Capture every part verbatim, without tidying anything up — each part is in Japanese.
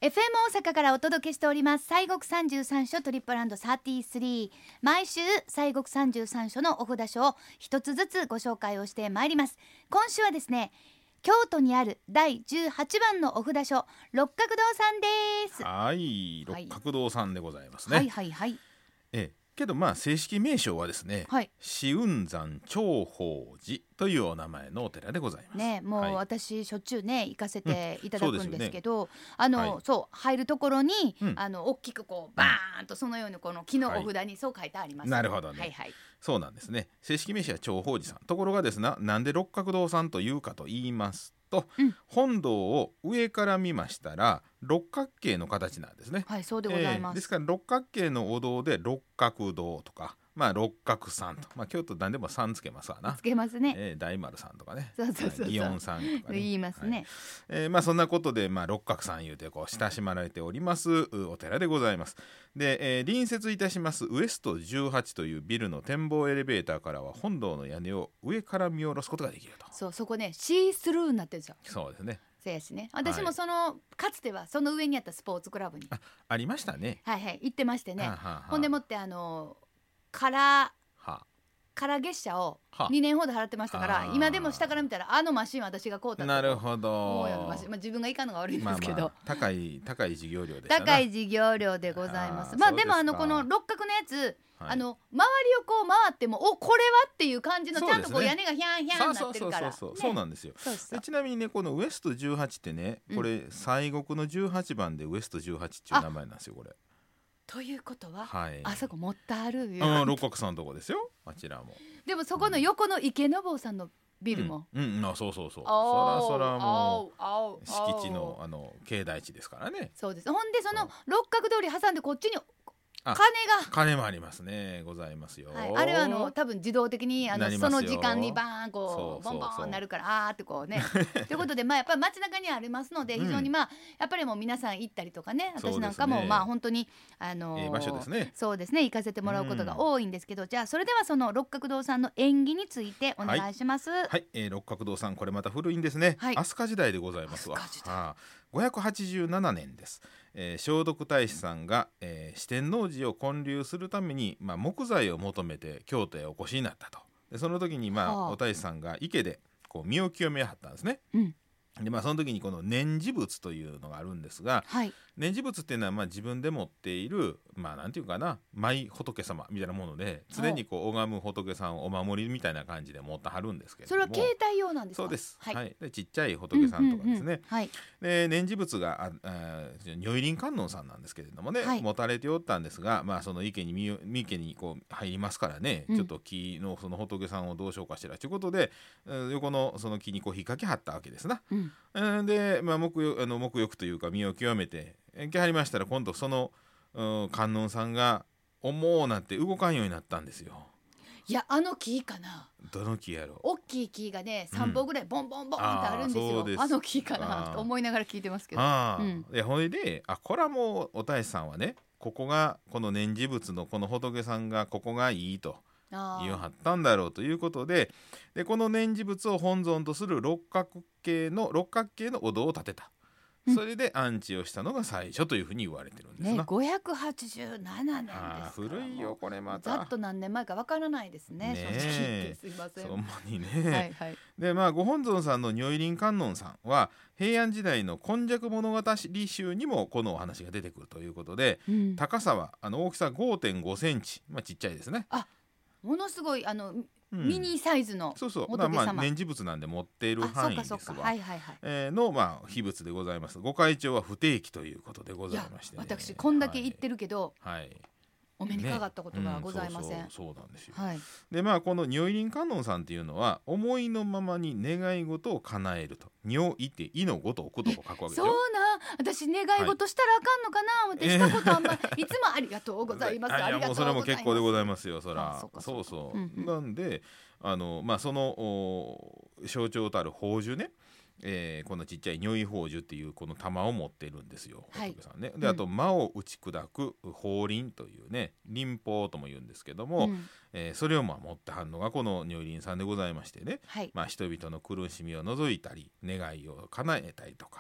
エフエム 大阪からお届けしております西国三十三所トリップランドさんじゅうさん。毎週西国三十三所のお札書を一つずつご紹介をしてまいります。今週はですね、京都にあるだいじゅうはちばんのお札書六角堂さんです。 はい六角堂さんでございますね。 はいはいはい、 ええけどまあ正式名称はですね、 はい、 紫雲山長宝寺というお名前のお寺でございますね。もう、 はい、 私しょっちゅうね行かせていただくんですけど、 うん、 あの、 はい、 そう入るところに、 うん、 あの大きくこうバーンとそのようにこの木のお札にそう書いてあります、 はい、なるほどね、 はいはい、 そうなんですね。正式名称は長宝寺さん。ところがですね、なんで六角堂さんというかと言いますと、 うん、 本堂を上から見ましたら六角形の形なんですね。 はい、そうでございます、 えー、ですから六角形のお堂で六角堂とか、まあ六角さんと、まあ、京都何でもさんつけますわな。 つけますね、 えー、大丸さんとかね、 そうそうそうそう、 祇園さんとかね言いますね、 はい、えーまあ、そんなことで、まあ、六角さんいうてこう親しまれておりますお寺でございます。で、えー、隣接いたしますウエストじゅうはちというビルの展望エレベーターからは本堂の屋根を上から見下ろすことができると。 そう、そこねシースルーになってるんですよ。 そうですね。 そうやしね、私もその、はい、かつてはその上にあったスポーツクラブにあ, ありましたね。 はいはい行ってましてね、 はあはあはあ、 ほんでもってあのカラー、 はあ、 カラー月謝をはあ、 にねんほど払ってましたから、今でも下から見たらあのマシン私が買うたなるほど思うようなマシン、まあ、自分がいかんのが悪いんですけど、まあまあ、 高い高い事業料でしたな。 高い事業料でございます。まあでもあのこの六角のやつ、はい、あの周りをこう回ってもおこれはっていう感じのちゃんとこう屋根がヒャンヒャンになってるから、 そうそうそうそう、ね、そうなんですよ。 そうそう。 でちなみにねこのウエストじゅうはちってね、これ西国のじゅうはちばんでウエストじゅうはちっていう名前なんですよこれ。ということは、 はい、 あそこもったあるよ、うん、六角さんのとこですよあちらも。 でもそこの横の池坊さんのビルも、 うん、うん、あそうそうそう、そらそらもう敷地のあの境内地ですからね。 そうです。ほんでその六角通り挟んでこっちに金が金もありますね、ございますよ、 はい、あれはあの多分自動的にあのその時間にバーンこうボンボンなるからあーってこうねということでまあやっぱり街中にありますので非常にまあやっぱりもう皆さん行ったりとかね、私なんかもまあ本当にあのええ場所ですね。 そうですね行かせてもらうことが多いんですけど、じゃあそれではその六角堂さんの縁起についてお願いします。 はい、はい、えー、六角堂さんこれまた古いんですね、はい、飛鳥時代でございますわ。あごひゃくはちじゅうななねんです。えー、聖徳太子さんが、えー、四天王寺を建立するために、まあ、木材を求めて京都へお越しになったと。でその時に、まあ、お太子さんが池でこう身を清めはったんですね、うん、でまあ、その時にこの念持仏というのがあるんですが、はい、念持仏っていうのはまあ自分で持っているまあなんていうかな舞仏様みたいなもので常にこう拝む仏さんをお守りみたいな感じで持ってはるんですけれども、 それは携帯用なんですか？ そうです、 はいはい、でちっちゃい仏さんとかですね、うんうんうん、 はい、 で念持仏がああ如意輪観音さんなんですけれどもね、はい、持たれておったんですが、まあ、その池に池にこう入りますからね、うん、ちょっと木のその仏さんをどうしようかしらということで横のその木にこう引っ掛けはったわけですな、うん、で、まあ、沐浴あの沐浴というか身を清めて来はりましたら今度その、うん、観音さんが重うなって動かんようになったんですよ。 いやあの木かな、 どの木やろう。 大きい木がねさんぼんぐらいボンボンボンってあるんですよ、うん、あ, あの木かなと思いながら聞いてますけど、 あ、うん、でほいであこれはもうお太子さんはねここがこの念持仏のこの仏さんがここがいいと言わはったんだろうということで、でこの念持仏を本尊とする六角形の六角形のお堂を建てた。それで安置をしたのが最初というふうに言われてるんですな、 ね、ごひゃくはちじゅうななねんですから。 あ古いよこれまた。 ざっと何年前かわからないです ね, ね正直言ってすいません。 そんなにね、 はいはい、 でまあご本尊さんの如意輪観音さんは平安時代の今昔物語集にもこのお話が出てくるということで、うん、高さはあの大きさ ごてんごセンチ、まあ、ちっちゃいですね。 あものすごいあのうん、ミニサイズの仏様、そうそうだまあ念持仏なんで持っている範囲ですわ、はいはいはい、えー、の、まあ、秘仏でございます。ご開帳は不定期ということでございまして、ね、 私こんだけ言ってるけど、 はいはい、 お目にかかったことがございません、ね、 うん、そうそうそうなんですよ、 はい、 でまあこの如意輪観音さんっていうのは思いのままに願い事を叶えると、如意って意のごとくと書くわけですよ。 そうな私願い事したらあかんのかな、はい、ってしたことあんまりいつもありがとうございます、ありがとうございます。 それも結構でございますよそら。 あそうそう、 うんうん、 なんであの、まあ、その象徴たる宝珠ね、えー、このちっちゃい如意宝珠っていうこの玉を持っているんですよ、はい、仏さんね。であと魔を打ち砕く法輪というね輪法とも言うんですけども、うんえー、それをまあ持ってはんのがこの如意輪さんでございましてね、はいまあ、人々の苦しみを除いたり願いを叶えたりとか、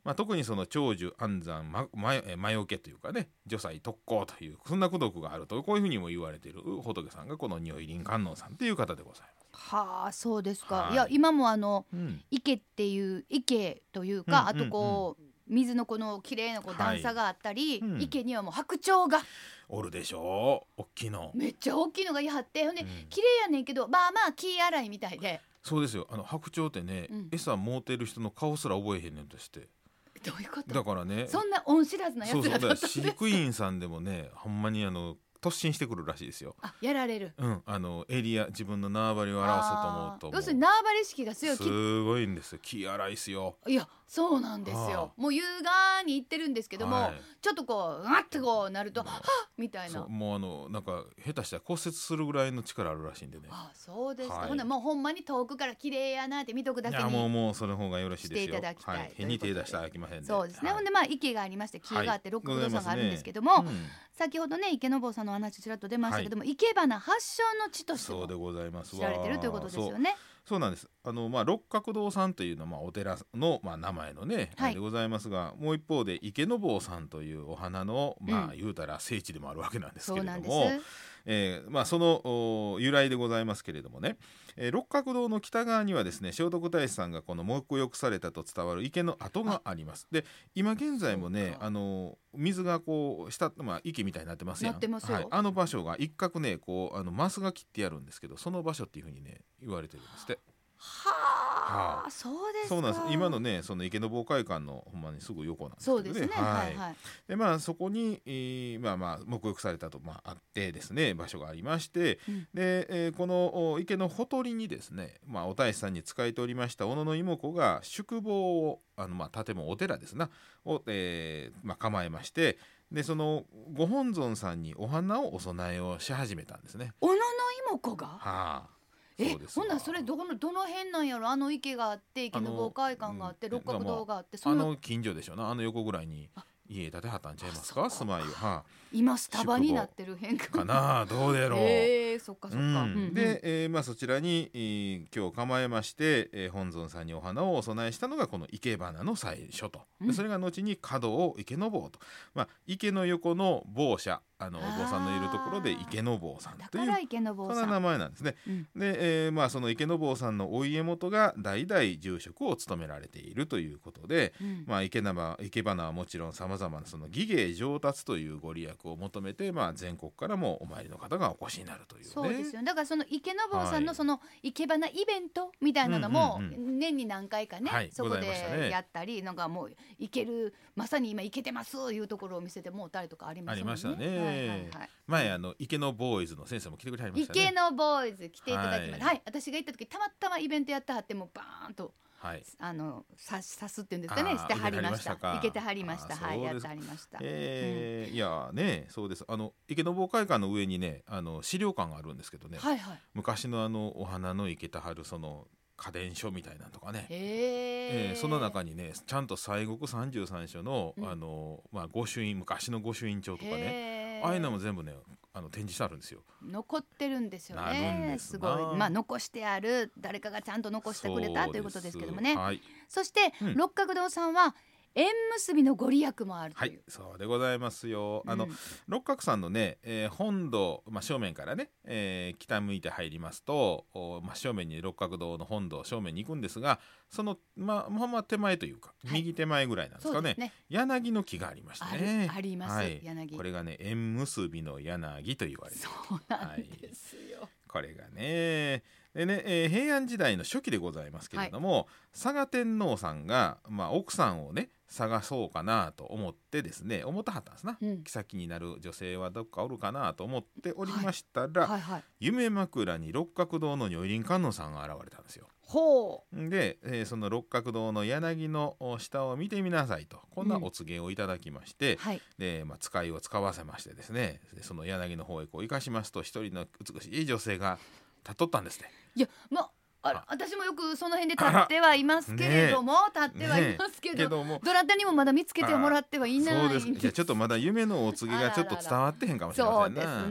まあ、特にその長寿安産魔除けというかね、除災特攻というそんな功徳があると、こういうふうにも言われている仏さんがこの如意輪観音さんという方でございます。 はあ、そうですか。 はい、 いや今もあの、 うん、 池っていう池というか、 うんうんうん、 あとこう水のこの綺麗なこう段差があったり、 はい、うん、 池にはもう白鳥がおるでしょう。大きいのめっちゃ大きいのがいはって、ほんで、 うん、 綺麗やねんけど、まあまあ気洗いみたいで。 そうですよ。あの白鳥ってね、うん、餌もうてる人の顔すら覚えへんねんとして。 どういうこと？ だからね、 そんな恩知らずなやつらだったんです。 そうそう、飼育員さんでもねほんまにあの突進してくるらしいですよ。 あ、やられる。 うん、あのエリア、自分の縄張りを表そうと思うと、 要するに縄張り意識が強い。 すごいんですよ。気荒いっすよ。 いや、そうなんですよ。もう優雅に行ってるんですけども、はい、ちょっとこううわってこうなると、はっみたいな。 もうあのなんか下手したら骨折するぐらいの力あるらしいんでね。 あ、そうですか。 はい、 ほんでもうほんまに遠くから綺麗やなって見とくだけに。 いやもうもうその方がよろしいですよ。 していただきたい。 はい、変に手出したらあきませんで。 そうですね。はい、ほんでまあ池がありまして、木があって、六角堂さんがあるんですけども、 ね、うん、 先ほどね池坊さんの話ちらっと出ましたけども、はい、生け花発祥の地としても知られてるということですよね。 そうなんです。あの、まあ、六角堂さんというのは、まあ、お寺の、まあ、名前のね、はい、でございますが、もう一方で池坊さんというお花の、まあ、うん、言うたら聖地でもあるわけなんですけれども、えーまあ、その由来でございますけれどもね、えー、六角堂の北側にはですね、聖徳太子さんがこの沐浴されたと伝わる池の跡があります。で今現在もね、あの水がこう下、まあ、池みたいになってますやん。 なってますよ。 はい、あの場所が一角ね、こうあのマスが切ってあるんですけど、その場所っていうふうにね言われてるんですって。 はあ、はあ、そうですか。 そうなんです。今のね、その池坊会館のほんまにすぐ横なんですけどね。 そうですね。 はいはいはい。 でまあそこに、えー、まあまあ沐浴されたと、まあ、あってですね、場所がありまして、うん、で、えー、この池のほとりにですね、まあお太子さんに仕えておりました小野の妹子が宿坊をあのまあ建物お寺ですなを、えー、まあ構えまして。でそのご本尊さんにお花をお供えをし始めたんですね。 小野の妹子が。 はあ、 え、ほんならそれどこのどの辺なんやろ。あの池があって池坊会館があって、うん、六角堂があって、 そのあの近所でしょうな。あの横ぐらいに家建てはったんちゃいますか、住まいを。はあ、 今スタバになってる変化かな、どうでろう。 えー、そっかそっか、うんうん、で、えーまあ、そちらに、えー、今日構えまして、えー、本尊さんにお花をお供えしたのがこの生け花の最初と、うん、それが後に角を池坊と、まあ、池の横の坊舎、あのお坊さんのいるところで池坊さんというそんな名前なんですね。うん、で、えーまあ、その池坊さんのお家元が代々住職を務められているということで、うん、まあ、生け花、生け花はもちろんさまざまなその技芸上達というご利益を求めて、まあ、全国からもお参りの方がお越しになるというね。 そうですよ。だからその池坊さんのその生け花イベントみたいなのも年に何回かね、はい、そこでやったり、なんかもういける、まさに今いけてますいうところを見せてもうたりとかありますよね。 ありましたね。はいはいはい、前あの池のボーイズの先生も来てくれはりましたね。 池のボーイズ来ていただきました。はい、はい、私が行った時たまたまイベントやってはって、もうバーンと、はい、あの刺すっていうんですかね、してはりました。いけてはりました。はい、やってはりました。 えーうん、いやね、そうです。あの池坊会館の上にね、あの資料館があるんですけどね、 はいはい、 昔のあのお花の生けたはるその家電書みたいなとかね、 えー、その中にねちゃんと西国三十三所の、うん、あのまあ、御朱印、昔の御朱印帳とかね、ああいうのも全部ねあの展示してあるんですよ。 残ってるんですよね。 なるんですすごい、まあ、残してある、誰かがちゃんと残してくれたということですけどもね。 はい、 そして、うん、六角堂さんは縁結びのご利益もあるという。 はい、そうでございますよ。あの、うん、六角さんのね、えー、本堂、まあ、正面からね、えー、北向いて入りますと、まあ、正面に六角堂の本堂正面に行くんですが、そのまあまあまあ手前というか、はい、右手前ぐらいなんですかね、ね、柳の木がありましてね。 あ, あります、はい、柳。 これがね縁結びの柳と言われてる。 そうなんですよ、はい、 これがねでね、えー、平安時代の初期でございますけれども、はい、嵯峨天皇さんが、まあ、奥さんをね探そうかなと思ってですね、思ったはったんですな、うん、妃になる女性はどっかおるかなと思っておりましたら、はいはいはい、夢枕に六角堂の如意輪観音さんが現れたんですよ。 ほうで、えー、その六角堂の柳の下を見てみなさいと、こんなお告げをいただきまして、うん、はい、で、まあ、使いを使わせましてですね、その柳の方へこう生かしますと、一人の美しい女性が立っとったんですね。 いや、まあら、私もよくその辺で立ってはいますけれども、ね、立ってはいますけど、ね、けどもどなたにもまだ見つけてもらってはいないんです。 そうです。いや、ちょっとまだ夢のお告げがちょっと伝わってへんかもしれませんね。 そうですね、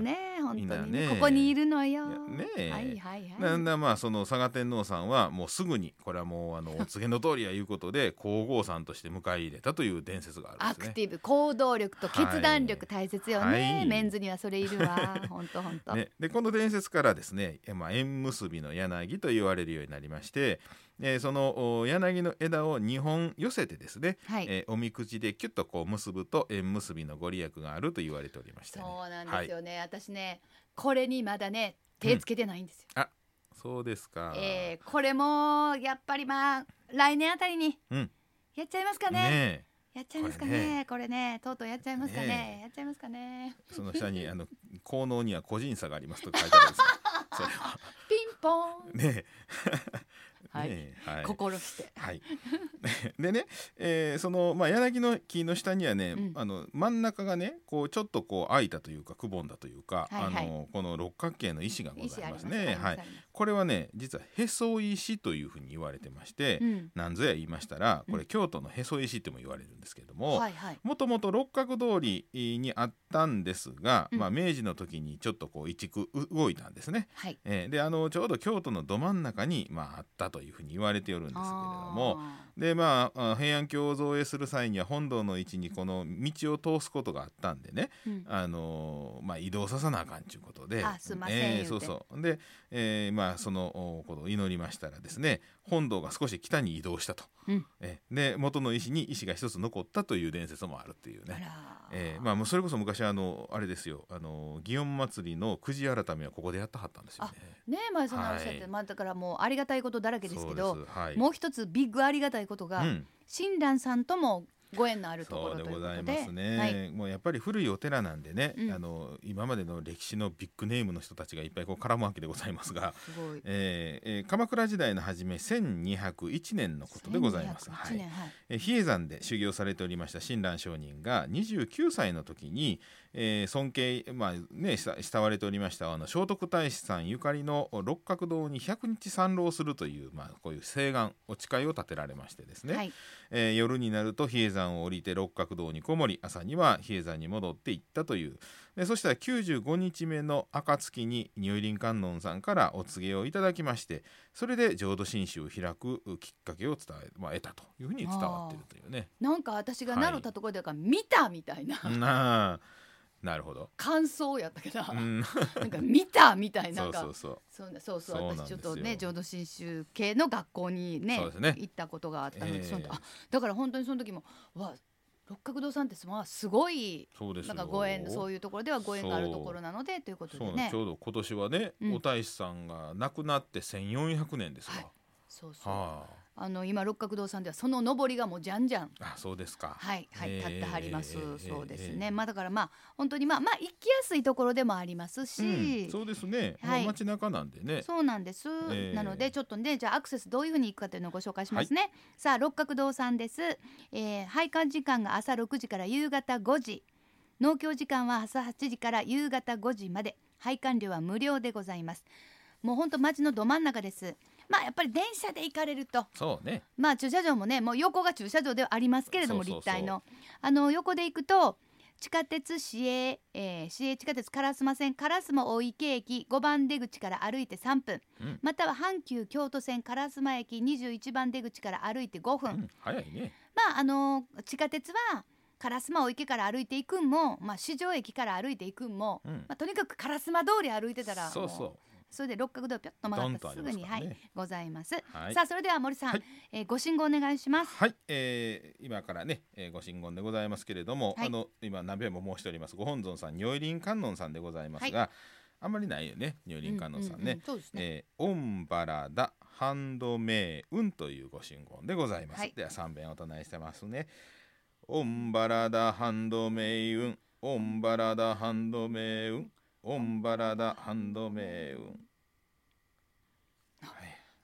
本当に、 みんなねここにいるのよ。 ねえ、 はいはいはい。 なんだまあその嵯峨天皇さんはもうすぐにこれはもうあのお告げの通りやいうことで皇后さんとして迎え入れたという伝説があるんですね。 アクティブ、行動力と決断力大切よね、 はい、 メンズにはそれいるわ本当本当。 ね、でこの伝説からですね、まあ、縁結びの柳と言われるようになりまして、えー、その柳の枝をにほん寄せてですね、はい、えー、おみくじでキュッとこう結ぶと縁結びのご利益があると言われておりました、ね、 そうなんですよね、はい、私ねこれにまだね手つけてないんですよ、 うん、あ、そうですか、 えー、これもやっぱりまあ来年あたりにやっちゃいますかね、うんね、やっちゃいますか ね, こ, ねこれねとうとうやっちゃいますか ね, ねやっちゃいますかね。 その下にあの効能には個人差がありますと書いてあるんですかそれはピンポーンねはいねはい、心して、 はい、でね、えー、その、まあ、柳の木の下にはね、うん、あの真ん中がねこうちょっとこう開いたというかくぼんだというか、はいはい、あのこの六角形の石がございますね。はい、これはね実はへそ石というふうに言われてまして、うん、なんぞや言いましたらこれ京都のへそ石とも言われるんですけども、もともと六角通りにあったんですが、うん、まあ、明治の時にちょっとこう移築動いたんですね。はい、えー、であのちょうど京都のど真ん中に、まあ、あったというふうに言われておるんですけれども、でまあ平安京を造営する際には本堂の位置にこの道を通すことがあったんでね、うん、あのまあ、移動ささなあかんということで、 あ、すいません、 えー、そうそうで、えー、まあそのことを祈りましたらですね、本堂が少し北に移動したと、うん、えー、で元の石に石が一つ残ったという伝説もあるっていうね、えーまあ、もうそれこそ昔あのあれですよ、あの祇園祭のくじ改めはここでやったはったんですよね。 ねえ、まあそんなおっしゃって、はい、まあ、だからもうありがたいことだらけですけど、はい、もう一つビッグありがたいことが、うん、親鸞さんともご縁のあるところということで、 そうでございますね、はい、もうやっぱり古いお寺なんでね、うん、あの今までの歴史のビッグネームの人たちがいっぱいこう絡むわけでございますが、すごい、えーえー、鎌倉時代の初めせんにひゃくいちねんのことでございます。はい、えー、比叡山で修行されておりました親鸞上人がにじゅうきゅうさいの時に、えー、尊敬、まあね、慕われておりましたあの聖徳太子さんゆかりの六角堂にひゃくにち参籠するという、まあ、こういう誓願お誓いを立てられましてですね、はい、えー、夜になると比叡山を降りて六角堂にこもり、朝には比叡山に戻っていったという。でそしたらきゅうじゅうごにちめの暁に如意輪観音さんからお告げをいただきまして、それで浄土真宗を開くきっかけを伝え、まあ、得たというふうに伝わっているというね。 なんか私が習ったところでから、はい、見たみたいななあなるほど、 感想やったけど、うん、なんか見たみたいな、そうそうそうそうそう、私ちょっとね浄土真宗系の学校に ね, ね行ったことがあったので、えー、あだから本当にその時もわ六角堂さんってすごいなんかご縁、そういうところではご縁があるところなのでということでね、 ちょうど今年はね、うん、お太子さんが亡くなってせんよんひゃくねんですが、はい、 そうそう、はあ、あの今六角堂さんではその上りがもうじゃんじゃん、 あ、そうですか、 はいはい、立ってはります、えー、そうですね、えー、まあだからまあ本当にまあまあ行きやすいところでもありますし、 うん、そうですね、はい、街中なんでね、 そうなんです、えー、なのでちょっとね、じゃあアクセスどういうふうに行くかというのをご紹介しますね、はい、さあ六角堂さんです、えー、拝観時間が朝ろくじから夕方ごじ、納経時間は朝はちじから夕方ごじまで、拝観料は無料でございます。もう本当街のど真ん中です。まあやっぱり電車で行かれると、 そうね、 まあ駐車場もね、もう横が駐車場ではありますけれども、立体のあの横で行くと地下鉄市営、えー、市営地下鉄烏丸線烏丸大池駅ごばん出口から歩いてさんぷん、うん、または阪急京都線烏丸駅にじゅういちばん出口から歩いてごふん、うん、 早いね。 まああの地下鉄は烏丸大池から歩いていくんも、まあ、市場駅から歩いていくんも、うん、まあ、とにかく烏丸通り歩いてたら、 そうそう、 それで六角堂ピョッと曲がったらすぐに、はい、ございます、はい、さあそれでは森さん、はい、えー、ご神言お願いします。 はい、えー、今からね、えー、ご神言でございますけれども、はい、あの今何べんも申しておりますご本尊さん如意輪観音さんでございますが、はい、あんまりないよね如意輪観音さんね、オンバラダハンドメイウンというご神言でございます、はい、ではさんべんお唱えしてますね。オンバラダハンドメイウン、オンバラダハンドメイウン、オンバラダハンドメイウン。 はい、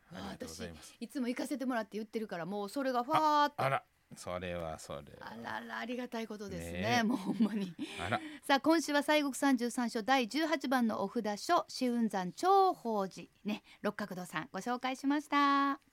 ありがとうございます。私いつも行かせてもらって言ってるから、もうそれがファーっと、 あら、それはそれはあらら、ありがたいことですね、ね、もうほんまに。あら、さあ今週は西国三十三所だいじゅうはちばんのお札書紫雲山長宝寺ね、六角堂さんご紹介しました。